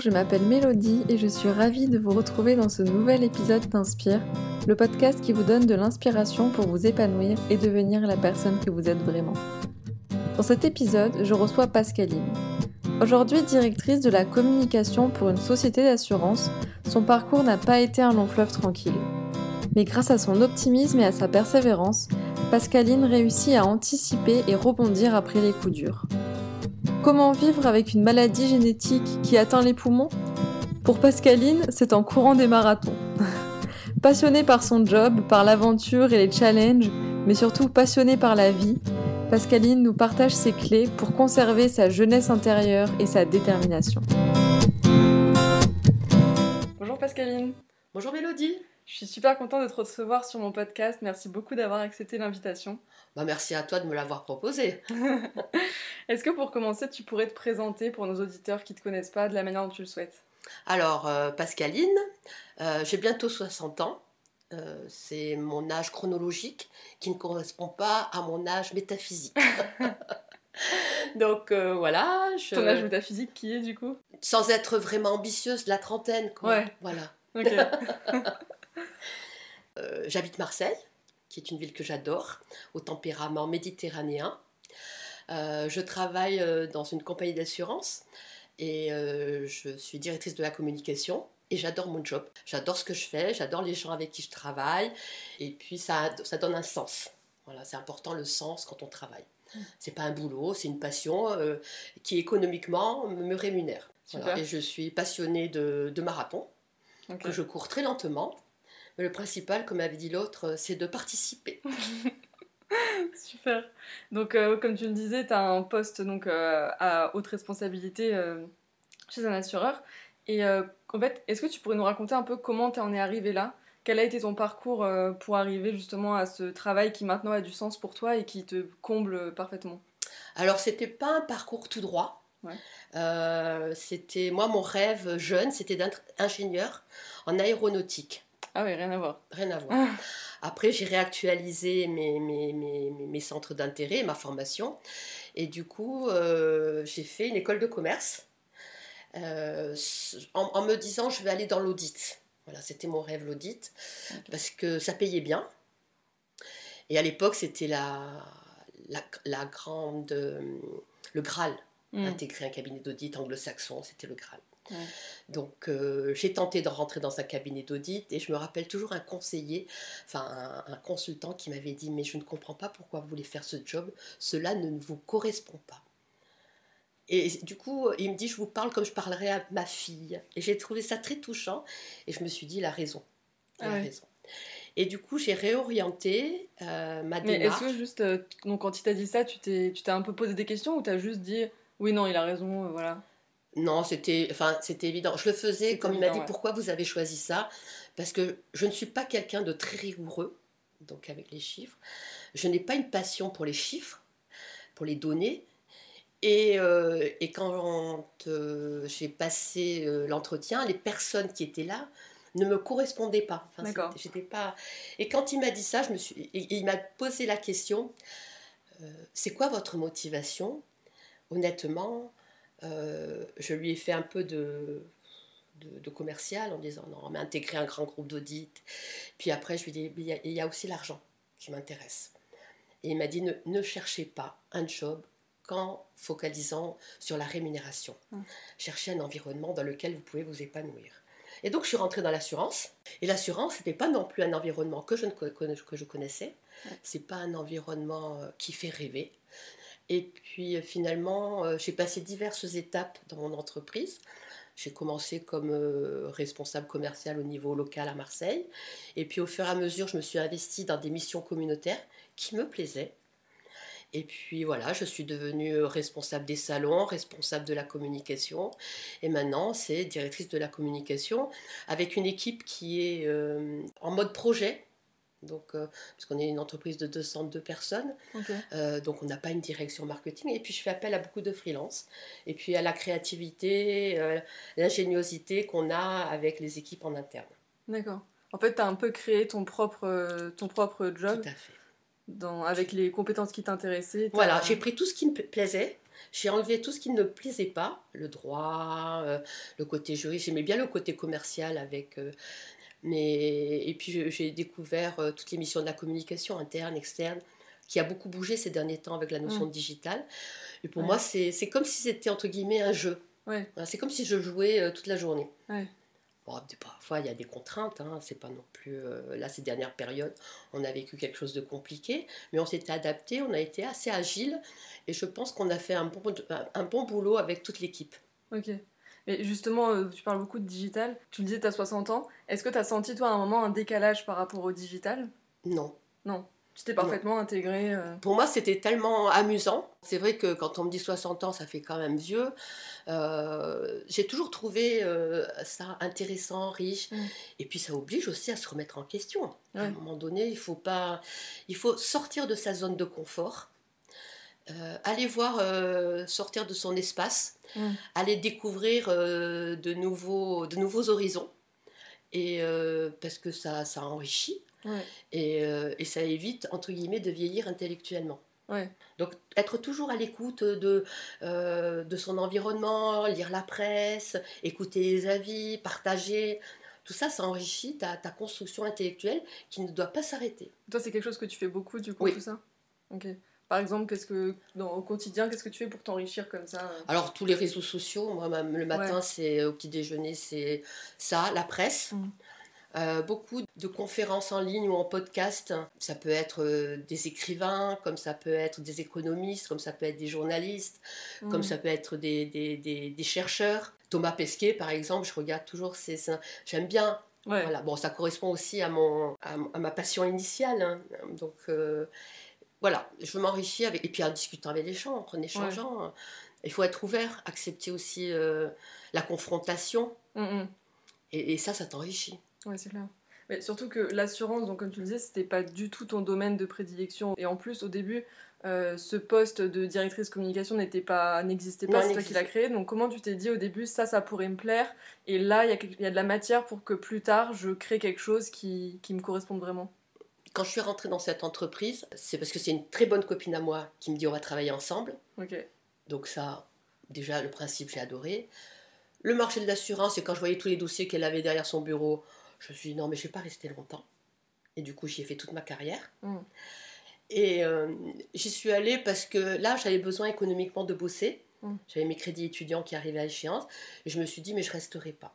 je m'appelle Mélodie et je suis ravie de vous retrouver dans ce nouvel épisode d'Inspire, le podcast qui vous donne de l'inspiration pour vous épanouir et devenir la personne que vous êtes vraiment. Dans cet épisode, je reçois Pascaline. Aujourd'hui directrice de la communication pour une société d'assurance, son parcours n'a pas été un long fleuve tranquille. Mais grâce à son optimisme et à sa persévérance, Pascaline réussit à anticiper et rebondir après les coups durs. Comment vivre avec une maladie génétique qui atteint les poumons ? Pour Pascaline, c'est en courant des marathons. Passionnée par son job, par l'aventure et les challenges, mais surtout passionnée par la vie, Pascaline nous partage ses clés pour conserver sa jeunesse intérieure et sa détermination. Bonjour Pascaline. Bonjour Mélodie. Je suis super contente de te recevoir sur mon podcast. Merci beaucoup d'avoir accepté l'invitation. Merci à toi de me l'avoir proposé. Est-ce que pour commencer, tu pourrais te présenter pour nos auditeurs qui ne te connaissent pas de la manière dont tu le souhaites ? Alors, Pascaline, j'ai bientôt 60 ans. C'est mon âge chronologique qui ne correspond pas à mon âge métaphysique. Donc voilà. Ton âge métaphysique qui est du coup ? Sans être vraiment ambitieuse, la trentaine, quoi. Ouais. Voilà. Ok. J'habite Marseille, qui est une ville que j'adore, au tempérament méditerranéen. Je travaille dans une compagnie d'assurance et je suis directrice de la communication et j'adore mon job. J'adore ce que je fais, j'adore les gens avec qui je travaille et puis ça donne un sens. Voilà, c'est important le sens quand on travaille. C'est pas un boulot, c'est une passion qui économiquement me rémunère. Voilà. Et je suis passionnée de marathon, que je cours très lentement. Mais le principal, comme avait dit l'autre, c'est de participer. Super. Donc, comme tu le disais, tu as un poste donc, à haute responsabilité chez un assureur. Et en fait, est-ce que tu pourrais nous raconter un peu comment tu en es arrivée là ? Quel a été ton parcours pour arriver justement à ce travail qui maintenant a du sens pour toi et qui te comble parfaitement ? Alors, c'était pas un parcours tout droit. Ouais. C'était, moi, mon rêve jeune, c'était d'être ingénieur en aéronautique. Ah oui, rien à voir. Rien à voir. Après, j'ai réactualisé mes centres d'intérêt, ma formation. Et du coup, j'ai fait une école de commerce en me disant je vais aller dans l'audit. Voilà, c'était mon rêve, l'audit, parce que ça payait bien. Et à l'époque, c'était la grande... le Graal. Intégrer un cabinet d'audit anglo-saxon, c'était le Graal. Ouais. Donc j'ai tenté de rentrer dans un cabinet d'audit et je me rappelle toujours un conseiller, enfin un consultant qui m'avait dit mais je ne comprends pas pourquoi vous voulez faire ce job, cela ne vous correspond pas. Et du coup il me dit je vous parle comme je parlerais à ma fille et j'ai trouvé ça très touchant et je me suis dit il a raison, raison. Et du coup j'ai réorienté ma démarche. Mais est-ce que juste donc quand il t'a dit ça tu t'es un peu posé des questions ou t'as juste dit oui non il a raison voilà? Non, c'était évident. Je le faisais comme il m'a dit, pourquoi vous avez choisi ça ? Parce que je ne suis pas quelqu'un de très rigoureux, donc avec les chiffres. Je n'ai pas une passion pour les chiffres, pour les données. Et quand j'ai passé l'entretien, les personnes qui étaient là ne me correspondaient pas. Enfin, d'accord. J'étais pas... Et quand il m'a dit ça, il m'a posé la question, c'est quoi votre motivation ? Honnêtement... je lui ai fait un peu de commercial en disant non, mais intégrer un grand groupe d'audit. Puis après, je lui ai dit il y a aussi l'argent qui m'intéresse. Et il m'a dit ne cherchez pas un job qu'en focalisant sur la rémunération. Cherchez un environnement dans lequel vous pouvez vous épanouir. Et donc, je suis rentrée dans l'assurance. Et l'assurance, ce n'était pas non plus un environnement que je connaissais. Ce n'est pas un environnement qui fait rêver. Et puis finalement, j'ai passé diverses étapes dans mon entreprise. J'ai commencé comme responsable commercial au niveau local à Marseille. Et puis au fur et à mesure, je me suis investie dans des missions communautaires qui me plaisaient. Et puis voilà, je suis devenue responsable des salons, responsable de la communication. Et maintenant, c'est directrice de la communication avec une équipe qui est en mode projet. Donc, parce qu'on est une entreprise de 202 personnes, donc on n'a pas une direction marketing. Et puis je fais appel à beaucoup de freelance. Et puis à la créativité, l'ingéniosité qu'on a avec les équipes en interne. D'accord. En fait, tu as un peu créé ton propre job. Tout à fait. Avec les compétences qui t'intéressaient. Voilà, j'ai pris tout ce qui me plaisait, J'ai enlevé tout ce qui ne me plaisait pas, le droit, le côté juriste. J'aimais bien le côté commercial avec... et puis j'ai découvert toutes les missions de la communication interne, externe, qui a beaucoup bougé ces derniers temps avec la notion de digital. Et pour moi, c'est comme si c'était entre guillemets un jeu. Ouais. Voilà, c'est comme si je jouais toute la journée. Ouais. Bon, parfois, il y a des contraintes. C'est pas non plus... là, ces dernières périodes, on a vécu quelque chose de compliqué. Mais on s'était adapté, on a été assez agile. Et je pense qu'on a fait un bon boulot avec toute l'équipe. Ok. Mais justement, tu parles beaucoup de digital. Tu le disais, tu as 60 ans. Est-ce que tu as senti, toi, à un moment, un décalage par rapport au digital ? Non. Non. Tu t'es parfaitement intégré. Pour moi, c'était tellement amusant. C'est vrai que quand on me dit 60 ans, ça fait quand même vieux. J'ai toujours trouvé ça intéressant, riche. Et puis, ça oblige aussi à se remettre en question. À un moment donné, il faut sortir de sa zone de confort. Aller voir, sortir de son espace, aller découvrir de nouveaux horizons. Et parce que ça enrichit. Et ça évite, entre guillemets, de vieillir intellectuellement. Donc, être toujours à l'écoute de son environnement, lire la presse, écouter les avis, partager, tout ça, ça enrichit ta construction intellectuelle qui ne doit pas s'arrêter. Toi, c'est quelque chose que tu fais beaucoup, du coup, Oui. tout ça ? Ok. Par exemple, au quotidien, qu'est-ce que tu fais pour t'enrichir comme ça ? Alors, tous les réseaux sociaux, moi, le matin, c'est au petit déjeuner, c'est ça, la presse. Beaucoup de conférences en ligne ou en podcast. Ça peut être des écrivains, comme ça peut être des économistes, comme ça peut être des journalistes, comme ça peut être des chercheurs. Thomas Pesquet, par exemple, je regarde toujours j'aime bien. Voilà. Bon, ça correspond aussi à ma passion initiale. Donc, voilà, je m'enrichis et puis en discutant avec les gens, en échangeant. Il faut être ouvert, accepter aussi la confrontation. Et ça t'enrichit. Oui, c'est clair. Mais surtout que l'assurance, donc comme tu le disais, c'était pas du tout ton domaine de prédilection. Et en plus, au début, ce poste de directrice communication n'existait pas, c'est toi qui l'as créé. Donc comment tu t'es dit au début, ça pourrait me plaire, et là, il y a de la matière pour que plus tard, je crée quelque chose qui me corresponde vraiment. Quand je suis rentrée dans cette entreprise, c'est parce que c'est une très bonne copine à moi qui me dit on va travailler ensemble. Donc ça, déjà, le principe, j'ai adoré. Le marché de l'assurance, et quand je voyais tous les dossiers qu'elle avait derrière son bureau, je me suis dit non, mais je ne vais pas rester longtemps. Et du coup, j'y ai fait toute ma carrière. Et j'y suis allée parce que là, j'avais besoin économiquement de bosser. J'avais mes crédits étudiants qui arrivaient à échéance. Et je me suis dit, mais je ne resterai pas.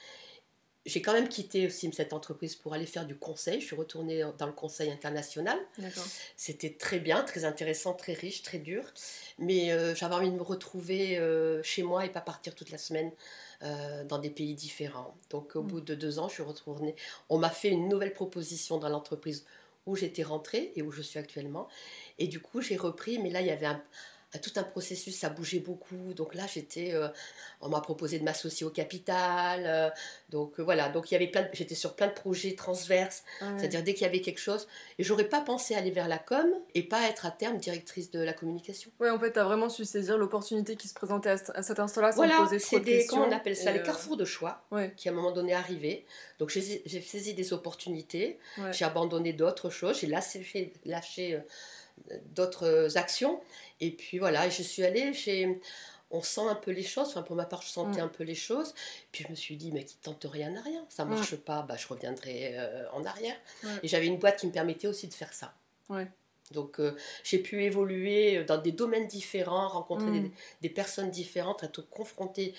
J'ai quand même quitté aussi cette entreprise pour aller faire du conseil. Je suis retournée dans le conseil international. C'était très bien, très intéressant, très riche, très dur. Mais j'avais envie de me retrouver chez moi et pas partir toute la semaine dans des pays différents. Donc au bout de 2 ans, je suis retournée. On m'a fait une nouvelle proposition dans l'entreprise où j'étais rentrée et où je suis actuellement. Et du coup, j'ai repris. Mais là, il y avait tout un processus, ça bougeait beaucoup. Donc là, on m'a proposé de m'associer au capital. Donc voilà, donc j'étais sur plein de projets transverses. C'est-à-dire dès qu'il y avait quelque chose. Et j'aurais pas pensé aller vers la com et pas être à terme directrice de la communication. Ouais, en fait, tu as vraiment su saisir l'opportunité qui se présentait à cet instant-là sans te poser trop de questions. Comment on appelle ça, les carrefours de choix qui à un moment donné arrivaient. Donc j'ai saisi des opportunités, j'ai abandonné d'autres choses, j'ai lâché d'autres actions. Et puis voilà, je suis allée on sent un peu les choses, enfin pour ma part je sentais un peu les choses, puis je me suis dit mais qui tente rien n'a rien, ça marche pas, je reviendrai en arrière. Et j'avais une boîte qui me permettait aussi de faire ça. Donc j'ai pu évoluer dans des domaines différents, rencontrer des personnes différentes, être confrontée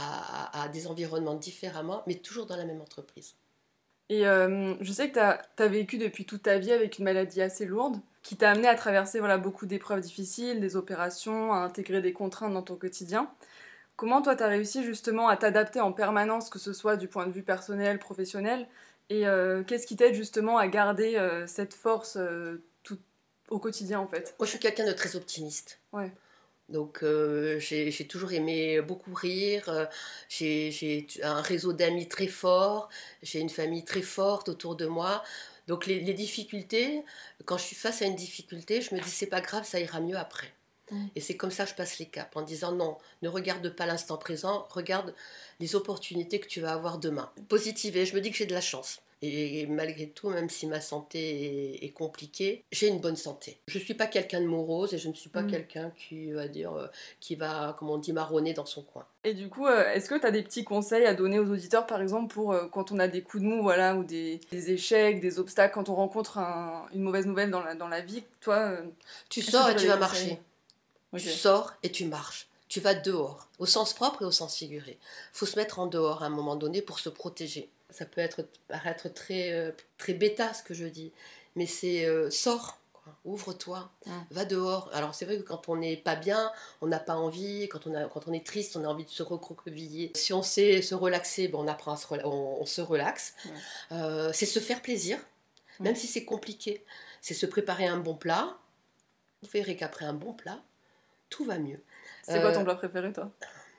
à des environnements différemment, mais toujours dans la même entreprise. Et je sais que tu as vécu depuis toute ta vie avec une maladie assez lourde, qui t'a amené à traverser beaucoup d'épreuves difficiles, des opérations, à intégrer des contraintes dans ton quotidien. Comment toi, tu as réussi justement à t'adapter en permanence, que ce soit du point de vue personnel, professionnel, et qu'est-ce qui t'aide justement à garder cette force au quotidien en fait ? Moi, je suis quelqu'un de très optimiste. Donc j'ai toujours aimé beaucoup rire, j'ai un réseau d'amis très fort, j'ai une famille très forte autour de moi. Donc les difficultés, quand je suis face à une difficulté, je me dis c'est pas grave, ça ira mieux après. Et c'est comme ça que je passe les caps, en disant non, ne regarde pas l'instant présent, regarde les opportunités que tu vas avoir demain. Positiver, je me dis que j'ai de la chance. Et malgré tout, même si ma santé est compliquée, j'ai une bonne santé. Je ne suis pas quelqu'un de morose et je ne suis pas quelqu'un qui va dire, qui va, comme on dit, marronner dans son coin. Et du coup, est-ce que tu as des petits conseils à donner aux auditeurs, par exemple, pour quand on a des coups de mou, voilà, ou des échecs, des obstacles, quand on rencontre une mauvaise nouvelle dans la vie, toi... tu sors et tu vas marcher. Okay. Tu sors et tu marches. Tu vas dehors, au sens propre et au sens figuré. Il faut se mettre en dehors à un moment donné pour se protéger. Ça peut paraître très bêta ce que je dis, mais c'est sors, quoi. Ouvre-toi, va dehors. Alors c'est vrai que quand on n'est pas bien, on n'a pas envie, quand on est triste, on a envie de se recroqueviller. Si on sait se relaxer, ben on apprend on se relaxe. C'est se faire plaisir, même si c'est compliqué. C'est se préparer un bon plat. Vous verrez qu'après un bon plat, tout va mieux. C'est quoi ton plat préféré, toi?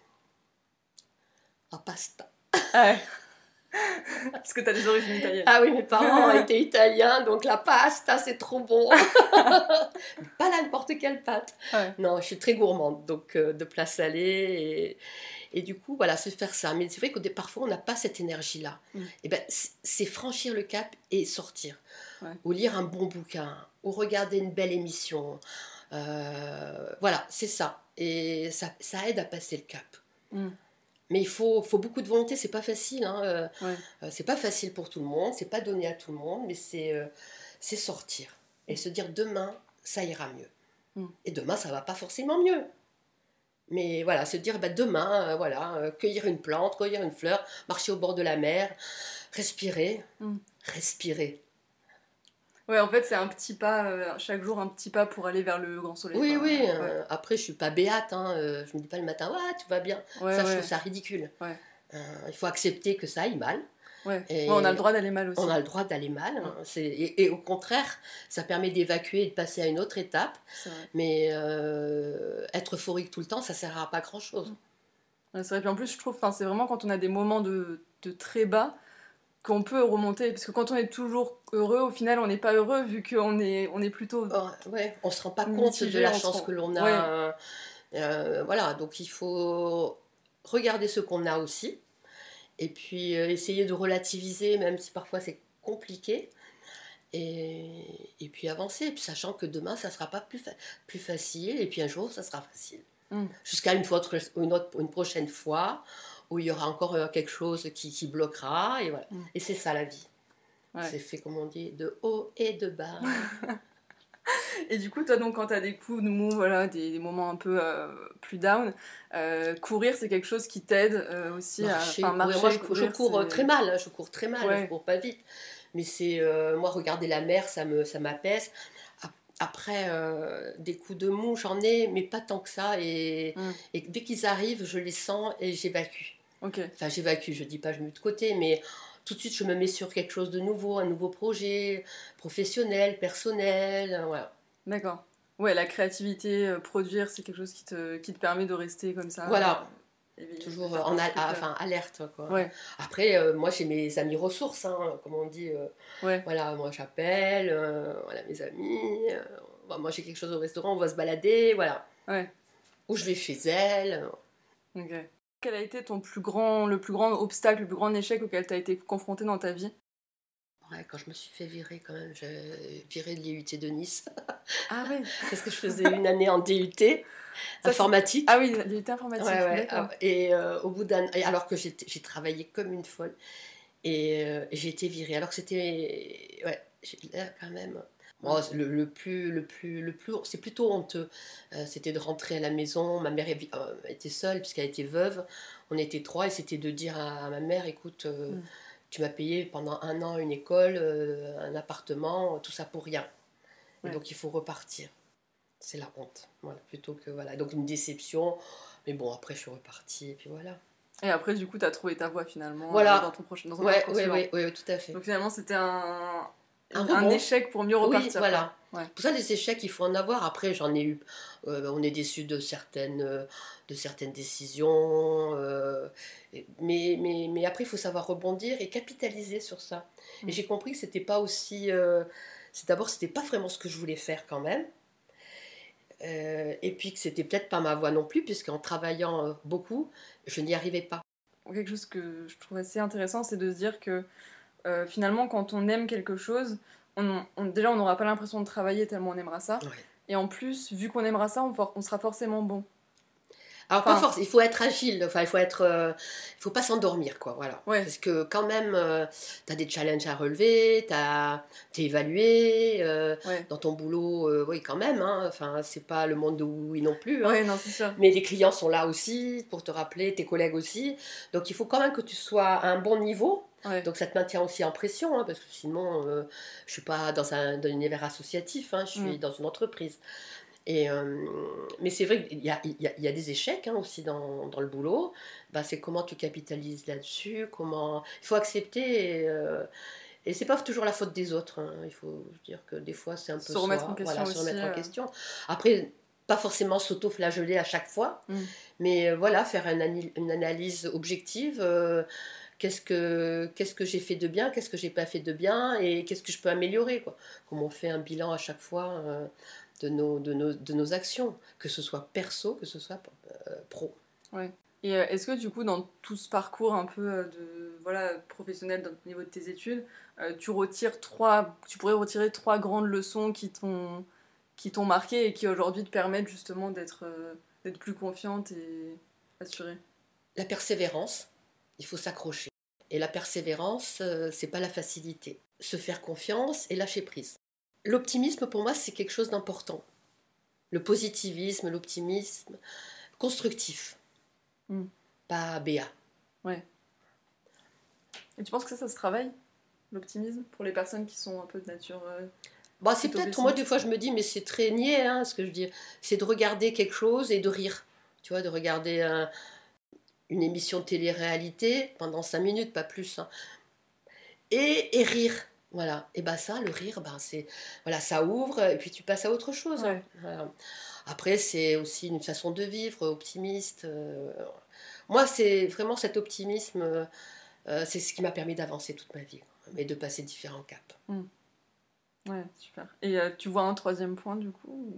La pasta. Ah ouais. Parce que t'as des origines italiennes. Ah oui, mes parents étaient italiens, donc la pasta, c'est trop bon. Pas n'importe quelle pâte. Ouais. Non, je suis très gourmande, donc de plats salés. Et du coup, voilà, c'est faire ça. Mais c'est vrai que parfois, on n'a pas cette énergie-là. Et ben, c'est franchir le cap et sortir. Ouais. Ou lire un bon bouquin, ou regarder une belle émission. Voilà, c'est ça. Et ça aide à passer le cap. Mais il faut beaucoup de volonté, c'est pas facile. Hein. C'est pas facile pour tout le monde, c'est pas donné à tout le monde, mais c'est sortir. Et se dire demain, ça ira mieux. Et demain, ça va pas forcément mieux. Mais voilà, se dire demain, cueillir une plante, cueillir une fleur, marcher au bord de la mer, respirer, respirer. Ouais, en fait, c'est un petit pas, chaque jour un petit pas pour aller vers le grand soleil. Oui, oui. Après, je suis pas béate. Je me dis pas le matin, tout va bien. Je trouve ça ridicule. Il faut accepter que ça aille mal. On a le droit d'aller mal aussi. On a le droit d'aller mal. Et au contraire, ça permet d'évacuer et de passer à une autre étape. Mais être euphorique tout le temps, ça sert à pas grand-chose. C'est vrai. Puis en plus, je trouve, c'est vraiment quand on a des moments de très bas qu'on peut remonter, parce que quand on est toujours heureux, au final on n'est pas heureux vu qu'on est plutôt on se rend pas compte de la chance que l'on a. Voilà, donc il faut regarder ce qu'on a aussi et puis essayer de relativiser, même si parfois c'est compliqué, et puis avancer, et puis sachant que demain ça sera pas plus facile, et puis un jour ça sera facile, jusqu'à une prochaine fois où il y aura encore quelque chose qui bloquera, et voilà. Et c'est ça la vie. C'est fait, comme on dit, de haut et de bas. Et du coup, toi, donc, quand tu as des coups de mou, voilà, des moments un peu plus down, courir, c'est quelque chose qui t'aide aussi à marcher. Moi, je cours très mal, je cours pas vite. Mais c'est moi, regarder la mer, ça m'apaise. Après, des coups de mou, j'en ai, mais pas tant que ça. Et dès qu'ils arrivent, je les sens et j'évacue. Enfin, j'évacue, je dis pas je mets de côté, mais tout de suite je me mets sur quelque chose de nouveau, un nouveau projet professionnel, personnel, voilà. D'accord. Ouais, la créativité, produire, c'est quelque chose qui te permet de rester comme ça. Voilà. Toujours alerte, quoi. Après, moi j'ai mes amis ressources, comme on dit. Voilà, moi j'appelle, voilà, mes amis. Moi j'ai quelque chose au restaurant, on va se balader, voilà. Ou je vais chez elle. Ok. Quel a été le plus grand obstacle, le plus grand échec auquel tu as été confrontée dans ta vie? Quand je me suis fait virer, quand même, j'ai viré de l'IUT de Nice. Ah oui. Parce que je faisais une année en DUT informatique. Ah oui, DUT informatique. Et au bout alors que j'ai travaillé comme une folle, et j'ai été virée. Alors que c'était, là quand même. Bon, le plus, c'est plutôt honteux. C'était de rentrer à la maison. Ma mère était seule puisqu'elle était veuve. On était 3 et c'était de dire à ma mère, écoute, tu m'as payé pendant 1 an une école, un appartement, tout ça pour rien. Et donc il faut repartir. C'est la honte. Voilà, plutôt que voilà. Donc une déception. Mais bon, après je suis repartie et puis voilà. Et après, du coup, tu as trouvé ta voie finalement dans ton prochain parcours. Oui, tout à fait. Donc finalement, c'était un échec pour mieux repartir. Oui, voilà. Pour ça, les échecs, il faut en avoir. Après, j'en ai eu. On est déçu de certaines décisions. Mais après, il faut savoir rebondir et capitaliser sur ça. Et j'ai compris que c'était pas aussi. D'abord, c'était pas vraiment ce que je voulais faire quand même. Et puis que c'était peut-être pas ma voie non plus, puisqu'en travaillant beaucoup, je n'y arrivais pas. Quelque chose que je trouve assez intéressant, c'est de se dire que finalement, quand on aime quelque chose, déjà, on n'aura pas l'impression de travailler tellement on aimera ça. Ouais. Et en plus, vu qu'on aimera ça, on sera forcément bon. Alors, Enfin, pas forcément, il faut être agile, enfin, il faut pas s'endormir, quoi, voilà. Ouais. Parce que quand même, tu as des challenges à relever, t'es évalué, Ouais. dans ton boulot, oui, quand même, hein, enfin, c'est pas le monde de oui non plus, hein. Ouais, non, c'est sûr. Mais les clients sont là aussi pour te rappeler, tes collègues aussi. Donc il faut quand même que tu sois à un bon niveau. Ouais. Donc ça te maintient aussi en pression, hein, parce que sinon, je suis pas dans un univers associatif, hein, je suis dans une entreprise. Mais c'est vrai qu'il y a des échecs, hein, aussi dans le boulot. Bah, c'est comment tu capitalises là-dessus, comment... Il faut accepter, et c'est pas toujours la faute des autres, hein. Il faut dire que des fois c'est un peu Se remettre en question se aussi, remettre en question. Après, pas forcément s'auto-flageller à chaque fois, Mm. mais voilà, faire une analyse objective. Qu'est-ce que j'ai fait de bien, qu'est-ce que j'ai pas fait de bien, et qu'est-ce que je peux améliorer, quoi. Comme on fait un bilan à chaque fois, de nos actions, que ce soit perso, que ce soit pro. Ouais. Et est-ce que du coup, dans tout ce parcours un peu professionnel au niveau de tes études, tu pourrais retirer 3 grandes leçons qui t'ont marqué et qui aujourd'hui te permettent justement d'être plus confiante et assurée? La persévérance, il faut s'accrocher. Et la persévérance, c'est pas la facilité. Se faire confiance et lâcher prise. L'optimisme, pour moi, c'est quelque chose d'important. Le positivisme, l'optimisme constructif, pas béat. Ouais. Et tu penses que ça se travaille, l'optimisme, pour les personnes qui sont un peu de nature... Bah, c'est plutôt peut-être, pessimiste. moi, des fois, je me dis, mais c'est très niais, hein, ce que je dis. C'est de regarder quelque chose et de rire. Tu vois, de regarder une émission de télé-réalité pendant 5 minutes, pas plus, hein, et rire. Voilà. Et bah ça, le rire, bah, c'est, voilà, ça ouvre et puis tu passes à autre chose, hein. Ouais. Voilà. Après, c'est aussi une façon de vivre, optimiste. Moi, c'est vraiment cet optimisme, c'est ce qui m'a permis d'avancer toute ma vie, et de passer différents caps. Ouais, super. Et tu vois un 3e point, du coup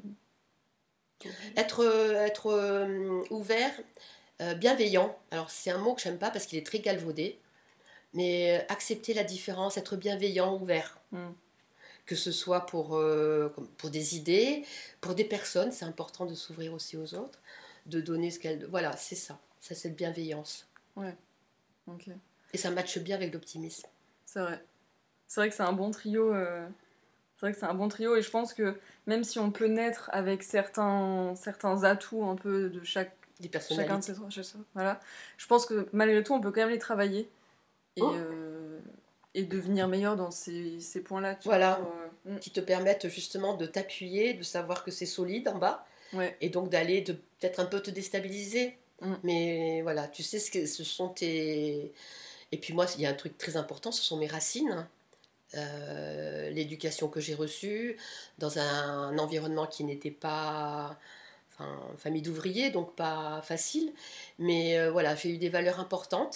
Être ouvert, bienveillant. Alors, c'est un mot que j'aime pas parce qu'il est très galvaudé, mais accepter la différence, être bienveillant, ouvert. Que ce soit pour des idées, pour des personnes, c'est important de s'ouvrir aussi aux autres, de donner ce qu'elles... Voilà, c'est ça, c'est cette bienveillance. Ouais, ok. Et ça matche bien avec l'optimisme. C'est vrai. C'est vrai que c'est un bon trio. C'est vrai que c'est un bon trio et je pense que même si on peut naître avec certains atouts un peu de Des chacun de personnalités. voilà, je pense que malgré tout on peut quand même les travailler et, Oh. Et devenir meilleur dans ces points-là. Voilà, qui te permettent justement de t'appuyer, de savoir que c'est solide en bas, Ouais. et donc d'aller peut-être un peu te déstabiliser. Mais voilà, tu sais ce sont tes... Et puis moi, il y a un truc très important, ce sont mes racines. L'éducation que j'ai reçue dans un environnement qui n'était pas... Enfin, famille d'ouvriers, donc pas facile. Mais voilà, j'ai eu des valeurs importantes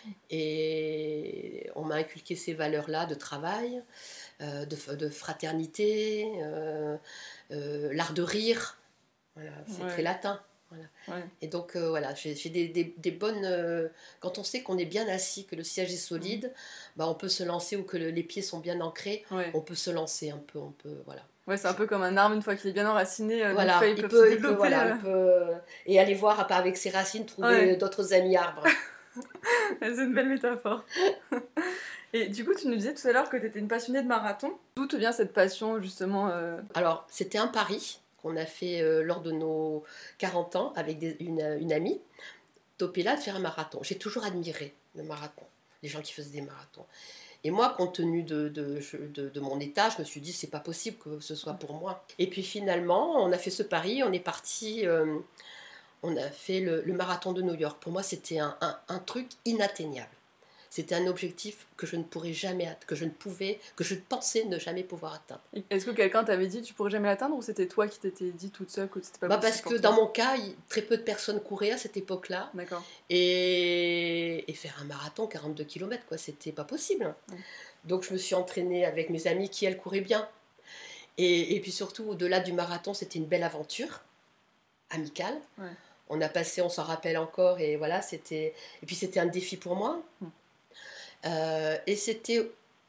et on m'a inculqué ces valeurs-là de travail, de fraternité, l'art de rire. Voilà, c'est très latin. Voilà. Ouais. Et donc voilà, j'ai des bonnes... quand on sait qu'on est bien assis, que le siège est solide, bah, on peut se lancer, ou que les pieds sont bien ancrés, on peut se lancer un peu, voilà. Ouais, c'est un peu comme un arbre, une fois qu'il est bien enraciné, voilà, les feuilles peuvent se développer. Il peut, et aller voir avec ses racines, trouver d'autres amis arbres. C'est une belle métaphore. Et du coup, tu nous disais tout à l'heure que tu étais une passionnée de marathon. D'où te vient cette passion, justement Alors, c'était un pari qu'on a fait lors de nos 40 ans avec une amie, Topella, de faire un marathon. J'ai toujours admiré le marathon, les gens qui faisaient des marathons. Et moi, compte tenu de mon état, je me suis dit, c'est pas possible que ce soit pour moi. Et puis finalement, on a fait ce pari, on est parti, on a fait le marathon de New York. Pour moi, c'était un truc inatteignable. C'était un objectif que je ne pourrais jamais atteindre, que je pensais ne jamais pouvoir atteindre. Est-ce que quelqu'un t'avait dit que tu pourrais jamais l'atteindre, ou c'était toi qui t'étais dit toute seule que c'était pas possible? Parce que dans mon cas, très peu de personnes couraient à cette époque-là. D'accord. Et faire un marathon, 42 km, quoi, c'était pas possible. Donc je me suis entraînée avec mes amies qui, elles, couraient bien. Et puis surtout, au-delà du marathon, c'était une belle aventure amicale. On a passé, on s'en rappelle encore, et voilà, et puis c'était un défi pour moi. Et c'était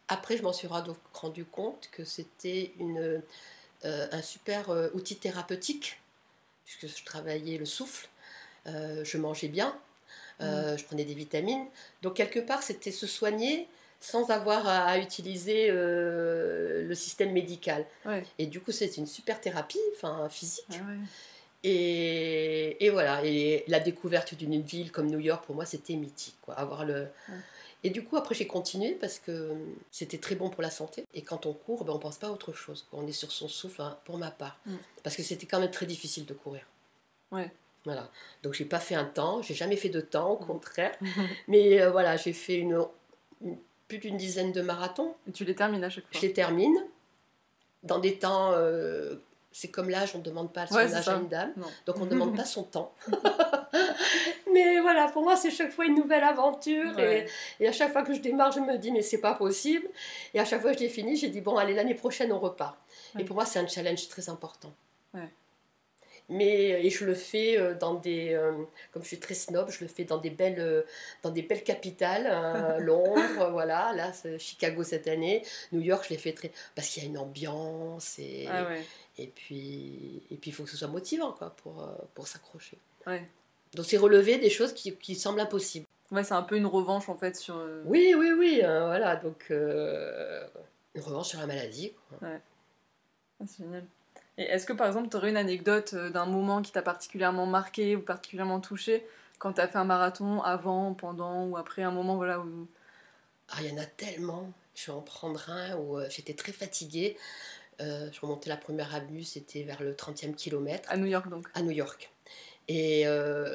Après, je m'en suis rendu compte que c'était un super outil thérapeutique, puisque je travaillais le souffle, je mangeais bien, je prenais des vitamines. Donc, quelque part, c'était se soigner sans avoir à utiliser le système médical. Ouais. Et du coup, c'est une super thérapie, enfin, physique. Ah ouais. Et voilà, et la découverte d'une ville comme New York, pour moi, c'était mythique, quoi. Ouais. Et du coup, après, j'ai continué parce que c'était très bon pour la santé. Et quand on court, ben, on ne pense pas à autre chose, quoi. On est sur son souffle, hein, pour ma part. Parce que c'était quand même très difficile de courir. Ouais. Voilà. Donc, j'ai pas fait un temps, j'ai jamais fait de temps, au contraire. Mais voilà, j'ai fait plus d'une dizaine de marathons. Et tu les termines à chaque fois. Je les termine dans des temps. C'est comme l'âge, on ne demande pas son âge à une dame. Non. Donc, on ne demande pas son temps. Mais voilà, pour moi, c'est chaque fois une nouvelle aventure. Ouais. Et à chaque fois que je démarre, je me dis, mais c'est pas possible. Et à chaque fois que je l'ai fini, j'ai dit, bon, allez, l'année prochaine, on repart. Ouais. Et pour moi, c'est un challenge très important. Ouais. Et je le fais comme je suis très snob, je le fais dans des belles capitales, Londres, voilà, là, c'est Chicago cette année, New York, je l'ai fait parce qu'il y a une ambiance Ah ouais. et puis il faut que ce soit motivant, quoi, pour s'accrocher. Ouais. Donc c'est relever des choses qui semblent impossibles. Ouais, c'est un peu une revanche en fait sur. Oui, voilà, donc une revanche sur la maladie, quoi. Ouais. Ah, c'est génial. Et est-ce que par exemple, tu aurais une anecdote d'un moment qui t'a particulièrement marqué ou particulièrement touché quand tu as fait un marathon avant, pendant ou après un moment voilà, où... Ah, il y en a tellement. Je vais en prendre un où j'étais très fatiguée. Je remontais la première avenue, c'était vers le 30e kilomètre. À New York donc. À New York. Et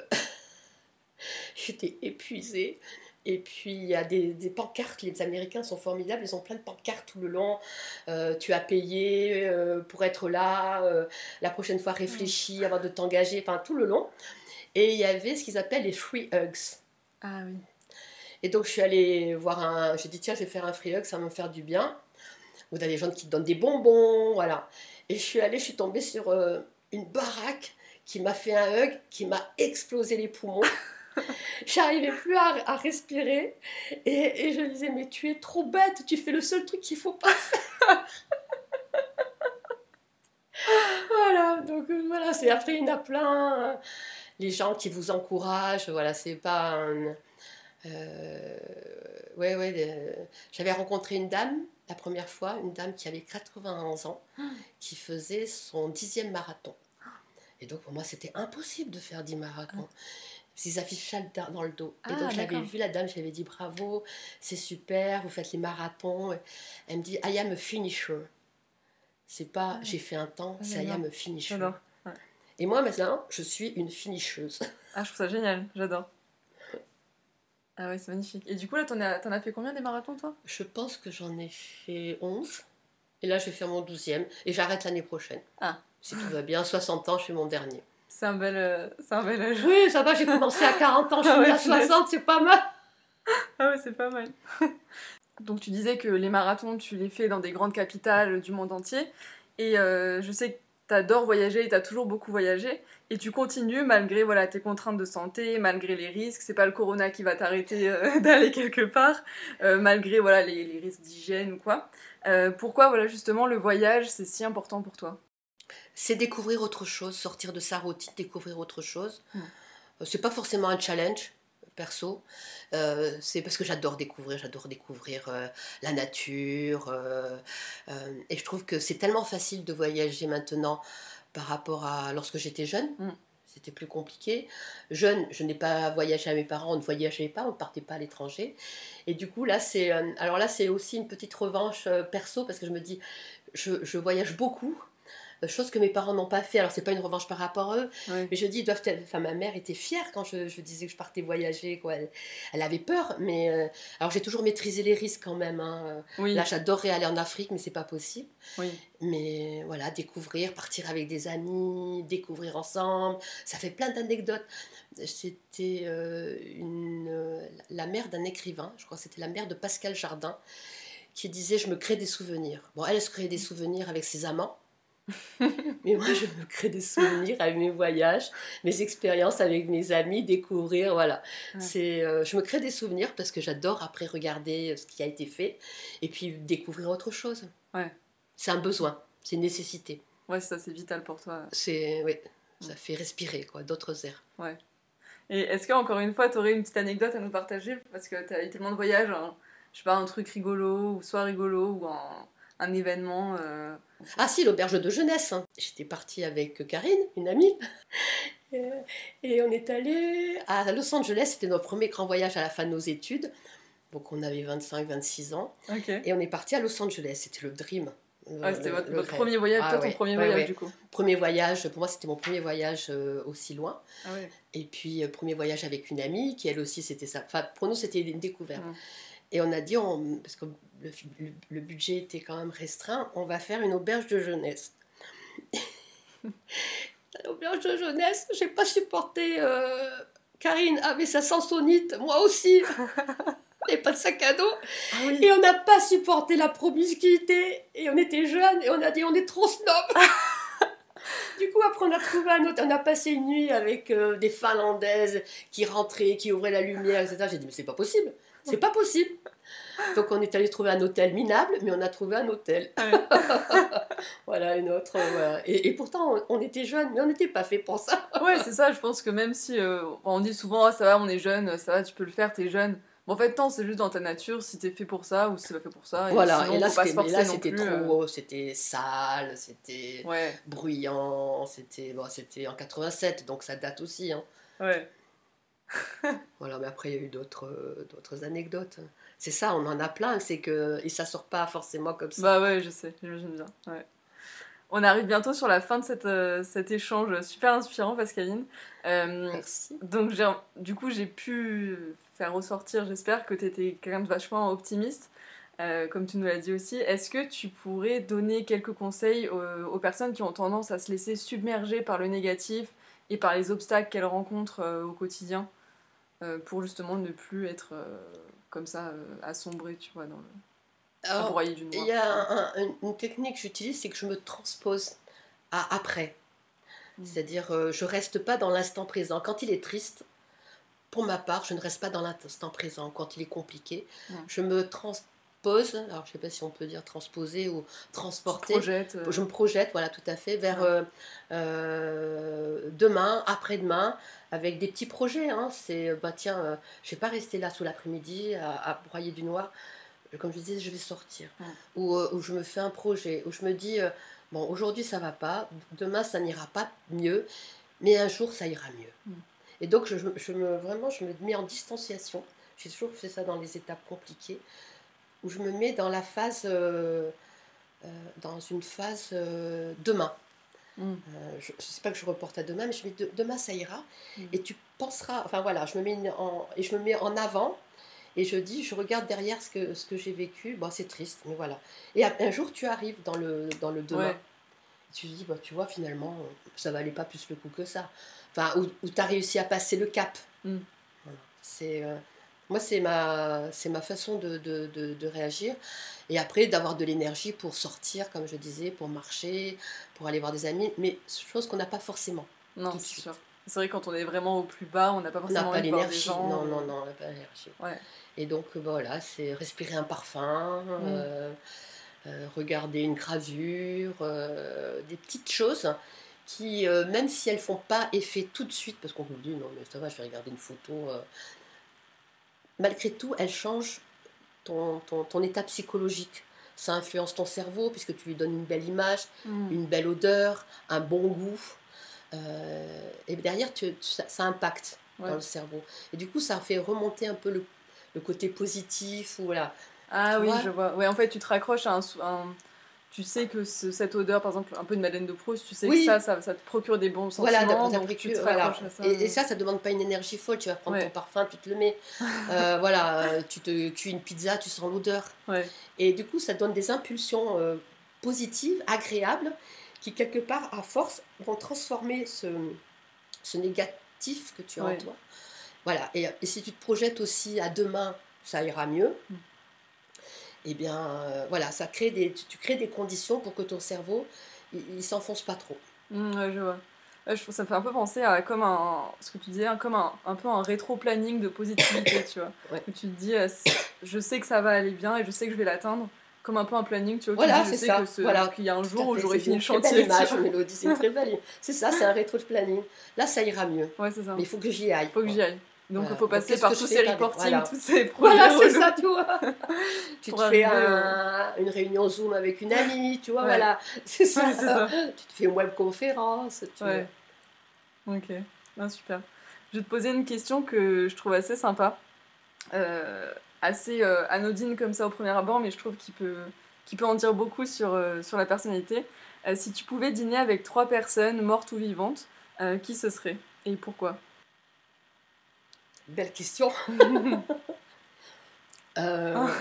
j'étais épuisée. Et puis il y a des pancartes, les Américains sont formidables, ils ont plein de pancartes tout le long. Tu as payé pour être là, la prochaine fois réfléchis avant de t'engager, enfin tout le long. Et il y avait ce qu'ils appellent les free hugs. Ah oui. Et donc je suis allée voir j'ai dit tiens, je vais faire un free hug, ça va me faire du bien. Où il y a des gens qui te donnent des bonbons, voilà. Et je suis tombée sur une baraque qui m'a fait un hug, qui m'a explosé les poumons. J'arrivais plus à respirer. Et je me disais, mais tu es trop bête, tu fais le seul truc qu'il faut pas faire. Voilà, donc voilà, c'est après il y en a plein. Les gens qui vous encouragent, voilà, c'est pas un... J'avais rencontré une dame, la première fois, une dame qui avait 91 ans, qui faisait son 10e marathon. Et donc pour moi, c'était impossible de faire 10 marathons. Ils affichaient dans le dos. Et donc j'avais vu la dame, j'avais dit bravo, c'est super, vous faites les marathons. Elle me dit, I am a finisher. C'est pas j'ai fait un temps, c'est I am a finisher. Ouais. Et moi maintenant, je suis une finisheuse. Ah, je trouve ça génial, j'adore. Ah ouais, c'est magnifique. Et du coup, là, t'en as fait combien des marathons, toi ? Je pense que j'en ai fait 11. Et là, je vais faire mon 12e. Et j'arrête l'année prochaine. Ah. Si tout va bien, 60 ans, je fais mon dernier. C'est un bel âge. Oui, ça va, j'ai commencé à 40 ans, je suis à 60, c'est pas mal. Ah ouais, c'est pas mal. Donc tu disais que les marathons, tu les fais dans des grandes capitales du monde entier. Et je sais que t'adores voyager et t'as toujours beaucoup voyagé. Et tu continues malgré voilà, tes contraintes de santé, malgré les risques. C'est pas le corona qui va t'arrêter d'aller quelque part. Malgré voilà, les risques d'hygiène ou quoi. Pourquoi voilà, justement le voyage, c'est si important pour toi ? C'est découvrir autre chose, sortir de sa routine, découvrir autre chose. C'est pas forcément un challenge, perso. C'est parce que j'adore découvrir la nature. Et je trouve que c'est tellement facile de voyager maintenant par rapport à lorsque j'étais jeune. C'était plus compliqué. Jeune, je n'ai pas voyagé à mes parents, on ne voyageait pas, on ne partait pas à l'étranger. Et du coup, là, c'est aussi une petite revanche perso, parce que je me dis, je voyage beaucoup. Chose que mes parents n'ont pas fait. Alors c'est pas une revanche par rapport à eux, mais je dis ma mère était fière quand je disais que je partais voyager, quoi. Elle avait peur, mais alors j'ai toujours maîtrisé les risques quand même, hein. Là j'adorerais aller en Afrique, mais c'est pas possible. Mais voilà, découvrir, partir avec des amis, découvrir ensemble, ça fait plein d'anecdotes. C'était la mère d'un écrivain, je crois que c'était la mère de Pascal Jardin, qui disait je me crée des souvenirs. Bon, elle se crée des souvenirs avec ses amants. Mais moi, je me crée des souvenirs avec mes voyages, mes expériences avec mes amis, découvrir, voilà. Ouais. Je me crée des souvenirs parce que j'adore après regarder ce qui a été fait et puis découvrir autre chose. Ouais. C'est un besoin, c'est une nécessité. Ouais, ça, c'est vital pour toi. Oui, ça fait respirer, quoi, d'autres airs. Ouais. Et est-ce qu'encore une fois, tu aurais une petite anecdote à nous partager? Parce que tu as eu tellement de voyages, hein. Je sais pas, un truc rigolo, ou soit rigolo, ou un événement. Ah si, l'auberge de jeunesse. Hein. J'étais partie avec Karine, une amie, et on est allé à Los Angeles. C'était notre premier grand voyage à la fin de nos études. Donc on avait 25-26 ans. Ok. Et on est parti à Los Angeles. C'était le dream. Ah, c'était votre rêve. premier voyage, Ah toi, ouais, ton premier ouais, voyage, ouais. du coup. Premier voyage, pour moi c'était mon premier voyage aussi loin. Ah ouais. Et puis premier voyage avec une amie qui elle aussi c'était ça. Enfin pour nous c'était une découverte. Mm. Et on a dit, parce que le budget était quand même restreint, on va faire une auberge de jeunesse. L'auberge de jeunesse, j'ai pas supporté. Karine avait sa sansonite, moi aussi. On n'avait pas de sac à dos. Ah oui. Et on n'a pas supporté la promiscuité. Et on était jeunes et on a dit on est trop snob. Du coup, après, on a trouvé un hôtel. On a passé une nuit avec des Finlandaises qui rentraient, qui ouvraient la lumière, etc. J'ai dit mais c'est pas possible. C'est pas possible. Donc on est allé trouver un hôtel minable, mais on a trouvé un hôtel. Ouais. Voilà, une autre. Voilà. Et pourtant, on était jeunes, mais on n'était pas fait pour ça. Ouais, c'est ça, je pense que même si on dit souvent, ah, ça va, on est jeune, ça va, tu peux le faire, t'es jeune. Bon, en fait, non, c'est juste dans ta nature, si t'es fait pour ça ou si c'est pas fait pour ça. Voilà, sinon, et là, faut pas se forcer non c'était plus, trop, c'était sale, c'était Ouais, bruyant, c'était en 87, donc ça date aussi. Hein. ouais. Voilà, mais après, il y a eu d'autres anecdotes. C'est ça, on en a plein, c'est que et ça sort pas forcément comme ça. Bah ouais, je sais, j'imagine bien. Ouais. On arrive bientôt sur la fin de cet échange super inspirant, Pascaline. Merci. Donc, du coup, j'ai pu faire ressortir, j'espère, que tu étais quelqu'un de vachement optimiste, comme tu nous l'as dit aussi. Est-ce que tu pourrais donner quelques conseils aux personnes qui ont tendance à se laisser submerger par le négatif et par les obstacles qu'elles rencontrent au quotidien pour justement ne plus être comme ça, assombré, tu vois, dans le... Alors, broyer du noir. il y a une technique que j'utilise, c'est que je me transpose à après. C'est-à-dire, je reste pas dans l'instant présent. Quand il est triste, pour ma part, je ne reste pas dans l'instant présent. Quand il est compliqué, je me transpose, alors je ne sais pas si on peut dire transposer ou transporter. Je me projette, voilà, tout à fait, vers demain, après-demain, avec des petits projets. Hein. C'est, tiens, je ne vais pas rester là sous l'après-midi à broyer du noir. Comme je disais, je vais sortir. Ou je me fais un projet, où je me dis, bon, aujourd'hui ça va pas, demain ça n'ira pas mieux, mais un jour ça ira mieux. Et donc je me mets en distanciation. J'ai toujours fait ça dans les étapes compliquées, où je me mets dans la phase, dans une phase demain. Je ne sais pas que je reporte à demain, mais je me dis demain ça ira, et tu penseras, enfin voilà, je me mets en avant. Et je dis, je regarde derrière ce que j'ai vécu. Bon, c'est triste, mais voilà. Et un jour, tu arrives dans le demain. Ouais. Et tu te dis, tu vois, finalement, ça valait pas plus le coup que ça. Enfin, où tu as réussi à passer le cap. Voilà. Moi, c'est ma façon de réagir. Et après, d'avoir de l'énergie pour sortir, comme je disais, pour marcher, pour aller voir des amis. Mais chose qu'on n'a pas forcément. Non, c'est sûr. C'est vrai, quand on est vraiment au plus bas, on n'a pas forcément envie de voir des gens. Non, on n'a pas l'énergie. Ouais. Et donc, voilà, c'est respirer un parfum, regarder une gravure, des petites choses qui, même si elles ne font pas effet tout de suite, parce qu'on vous dit, non, mais ça va, je vais regarder une photo, malgré tout, elles changent ton état psychologique. Ça influence ton cerveau, puisque tu lui donnes une belle image, une belle odeur, un bon goût. Et derrière, ça impacte dans le cerveau. Et du coup, ça fait remonter un peu le côté positif. Ou voilà. Ah tu oui, vois. je vois. Ouais, en fait, tu te raccroches à tu sais que cette odeur, par exemple, un peu de Madeleine de Proust, tu sais que ça te procure des bons sentiments, donc tu te raccroches à ça. Et ça ne demande pas une énergie folle. Tu vas prendre ton parfum, tu te le mets. Voilà, tu cuis une pizza, tu sens l'odeur. Ouais. Et du coup, ça donne des impulsions positives, agréables, qui quelque part, à force, vont transformer ce négatif que tu as en toi. Voilà. Et si tu te projettes aussi à demain, ça ira mieux. Eh bien, voilà, tu crées des conditions pour que ton cerveau il s'enfonce pas trop. Ouais, je vois. Ouais, je trouve ça me fait un peu penser à ce que tu disais, comme un peu un rétro-planning de positivité, tu vois. Ouais. Où tu te dis, je sais que ça va aller bien et je sais que je vais l'atteindre. Comme un peu un planning, tu vois. Voilà, tu dis, c'est je sais ça. Voilà. qu'il y a un Tout jour à où fait, j'aurai c'est fini une le très chantier. belle image, tu vois. Mélodie, c'est une très belle image. C'est ça, c'est un rétro de planning. Là, ça ira mieux. Ouais, c'est ça. Mais il faut que j'y aille. Faut que j'y aille. Donc, il Voilà. faut passer qu'est-ce par que je tous fais ces pas reportings, Voilà. tous ces projets Voilà, c'est relous ça, tu vois. Tu te pour fais arriver une réunion Zoom avec une amie, tu vois, Ouais. voilà. C'est ça. Ouais, c'est ça. Tu te fais une webconférence. Ouais. Ok. Ah, super. Je vais te poser une question que je trouve assez sympa. Assez anodine comme ça au premier abord, mais je trouve qu'il peut en dire beaucoup sur la personnalité. Si tu pouvais dîner avec 3 personnes, mortes ou vivantes, qui ce serait et pourquoi? Belle question. Alors,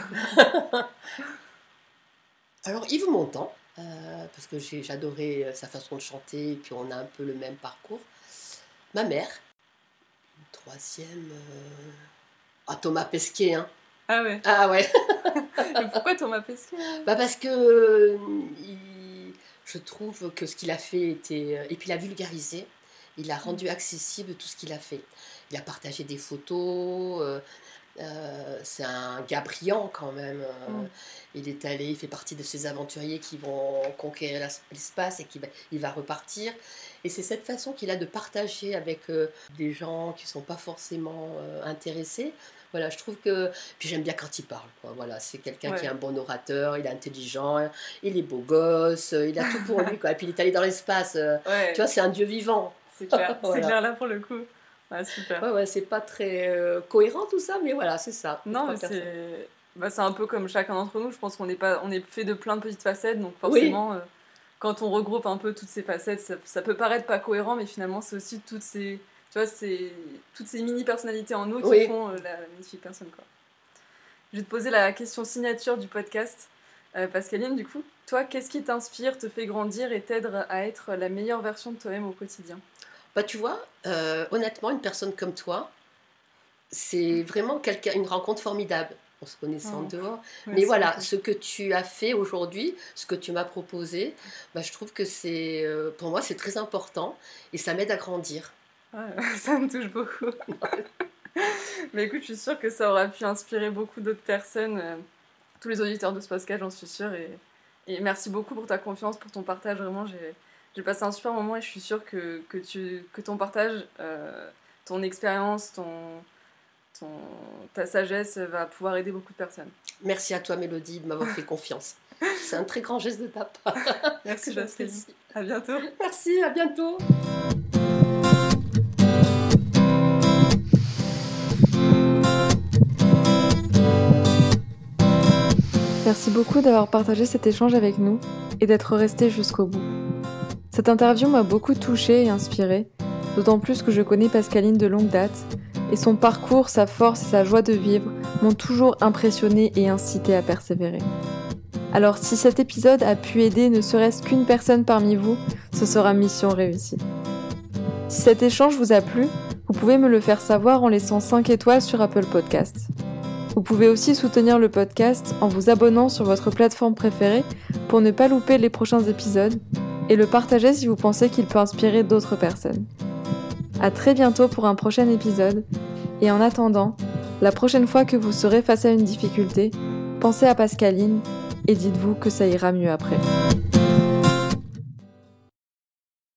Yves Montand, parce que j'adorais sa façon de chanter, et puis on a un peu le même parcours. Ma mère. Une troisième. Thomas Pesquet, hein. Ah ouais. Ah ouais. Et pourquoi Thomas Pesquet? Parce que je trouve que ce qu'il a fait était. Et puis il a vulgarisé, il a rendu accessible tout ce qu'il a fait. Il a partagé des photos. C'est un gars brillant quand même. Il fait partie de ces aventuriers qui vont conquérir l'espace et il va repartir. Et c'est cette façon qu'il a de partager avec des gens qui ne sont pas forcément intéressés. Voilà, je trouve que. Puis j'aime bien quand il parle. Quoi. Voilà, c'est quelqu'un qui est un bon orateur, il est intelligent, il est beau gosse, il a tout pour lui. Quoi. Et puis il est allé dans l'espace. Tu vois, c'est un dieu vivant. C'est clair, Voilà. C'est clair là pour le coup. Ouais, super. Ouais, c'est pas très cohérent tout ça, mais voilà, c'est ça. Non, mais c'est un peu comme chacun d'entre nous. Je pense qu'on est fait de plein de petites facettes, donc forcément, quand on regroupe un peu toutes ces facettes, ça peut paraître pas cohérent, mais finalement, c'est aussi toutes ces mini-personnalités en nous qui font la magnifique personne, quoi. Je vais te poser la question signature du podcast. Pascaline, du coup, toi, qu'est-ce qui t'inspire, te fait grandir et t'aide à être la meilleure version de toi-même au quotidien? Tu vois, honnêtement, une personne comme toi, c'est vraiment une rencontre formidable. On se connaissait en dehors. Mais voilà, ce que tu as fait aujourd'hui, ce que tu m'as proposé, je trouve que pour moi, c'est très important et ça m'aide à grandir. Ça me touche beaucoup. Mais écoute, je suis sûre que ça aura pu inspirer beaucoup d'autres personnes, tous les auditeurs de ce podcast, j'en suis sûre. Et merci beaucoup pour ta confiance, pour ton partage. Vraiment, j'ai passé un super moment et je suis sûre que ton partage, ton expérience, ta sagesse va pouvoir aider beaucoup de personnes. Merci à toi, Mélodie, de m'avoir fait confiance. C'est un très grand geste de ta part. Merci, Pascaline. À bientôt. Merci, à bientôt. Merci beaucoup d'avoir partagé cet échange avec nous et d'être resté jusqu'au bout. Cette interview m'a beaucoup touchée et inspirée, d'autant plus que je connais Pascaline de longue date, et son parcours, sa force et sa joie de vivre m'ont toujours impressionnée et incitée à persévérer. Alors si cet épisode a pu aider ne serait-ce qu'une personne parmi vous, ce sera mission réussie. Si cet échange vous a plu, vous pouvez me le faire savoir en laissant 5 étoiles sur Apple Podcasts. Vous pouvez aussi soutenir le podcast en vous abonnant sur votre plateforme préférée pour ne pas louper les prochains épisodes et le partager si vous pensez qu'il peut inspirer d'autres personnes. À très bientôt pour un prochain épisode et en attendant, la prochaine fois que vous serez face à une difficulté, pensez à Pascaline et dites-vous que ça ira mieux après.